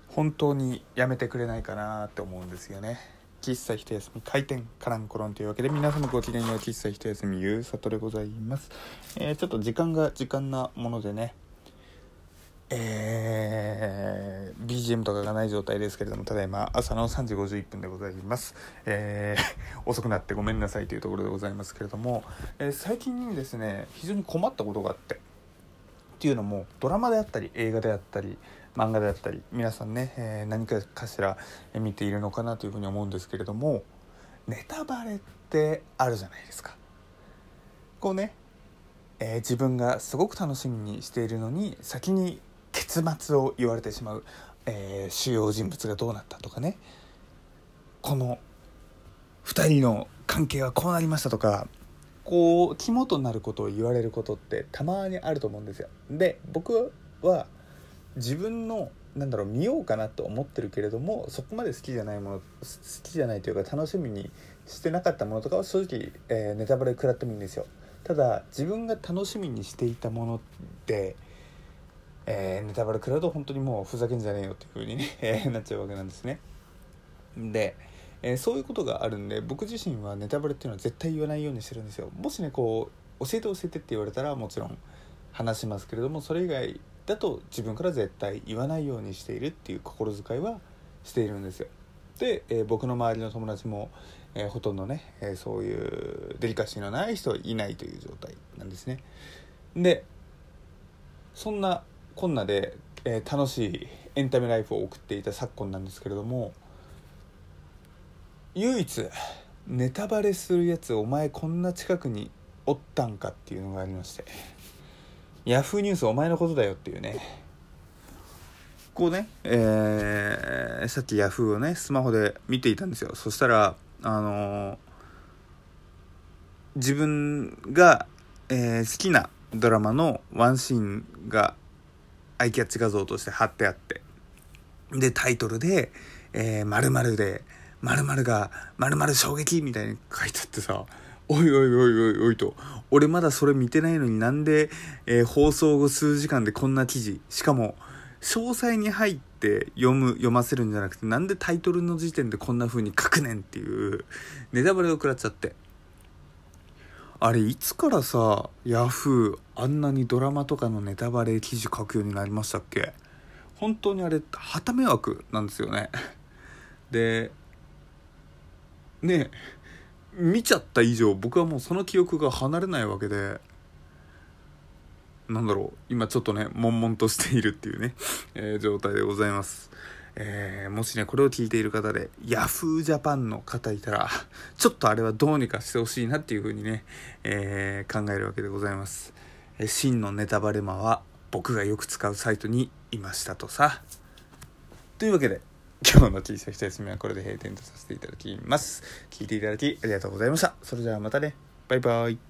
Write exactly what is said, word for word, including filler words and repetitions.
本当にやめてくれないかなって思うんですよね。喫茶一休み開店カランコロンというわけで、皆様ごきげんよう。喫茶一休みゆうさとでございます。えー、ちょっと時間が時間なものでね、えー、ビージーエム とかがない状態ですけれども、ただいま朝のさんじごじゅういっぷんでございます。えー、遅くなってごめんなさいというところでございますけれども、えー、最近ですね非常に困ったことがあって、っていうのもドラマであったり映画であったり漫画であったり、皆さんね、えー、何かかしら見ているのかなというふうに思うんですけれども、ネタバレってあるじゃないですか。こうね、えー、自分がすごく楽しみにしているのに先に結末を言われてしまう、えー、主要人物がどうなったとかね、このふたりの関係はこうなりましたとか、こう肝となることを言われることってたまにあると思うんですよ。で、僕は自分のなんだろう見ようかなと思ってるけれども、そこまで好きじゃないもの好きじゃないというか楽しみにしてなかったものとかは正直、えー、ネタバレ食らってもいいんですよ。ただ自分が楽しみにしていたものって、えー、ネタバレ食らうと本当にもうふざけんじゃねえよっていう風に、ねえー、なっちゃうわけなんですね。で、えー、そういうことがあるんで、僕自身はネタバレっていうのは絶対言わないようにしてるんですよ。もしねこう教えて教えてって言われたらもちろん話しますけれども、それ以外だと自分から絶対言わないようにしているっていう心遣いはしているんですよ。で、えー、僕の周りの友達も、えー、ほとんどね、えー、そういうデリカシーのない人はいないという状態なんですね。で、そんなこんなで、えー、楽しいエンタメライフを送っていた昨今なんですけれども、唯一ネタバレするやつお前こんな近くにおったんかっていうのがありまして、ヤフーニュースお前のことだよっていうね。こうね、えー、さっきヤフーをねスマホで見ていたんですよ。そしたらあのー、自分が、えー、好きなドラマのワンシーンがアイキャッチ画像として貼ってあって、でタイトルで、えー、〇〇で〇〇が〇〇衝撃みたいに書いてあってさ、おいおいおいおいおいと、俺まだそれ見てないのになんで、えー、放送後数時間でこんな記事、しかも詳細に入って読む読ませるんじゃなくて、なんでタイトルの時点でこんな風に書くねんっていうネタバレを食らっちゃって、あれいつからさヤフーあんなにドラマとかのネタバレ記事書くようになりましたっけ。本当にあれ旗迷惑なんですよね。でね見ちゃった以上僕はもうその記憶が離れないわけで、なんだろう今ちょっとね悶々としているっていうね、えー、状態でございます。えー、もしねこれを聞いている方でヤフージャパンの方いたらちょっとあれはどうにかしてほしいなっていう風にね、えー、考えるわけでございます。えー、真のネタバレマは僕がよく使うサイトにいましたとさ。というわけで今日の小さい一休みはこれで閉店とさせていただきます。聞いていただきありがとうございました。それではまたね、バイバイ。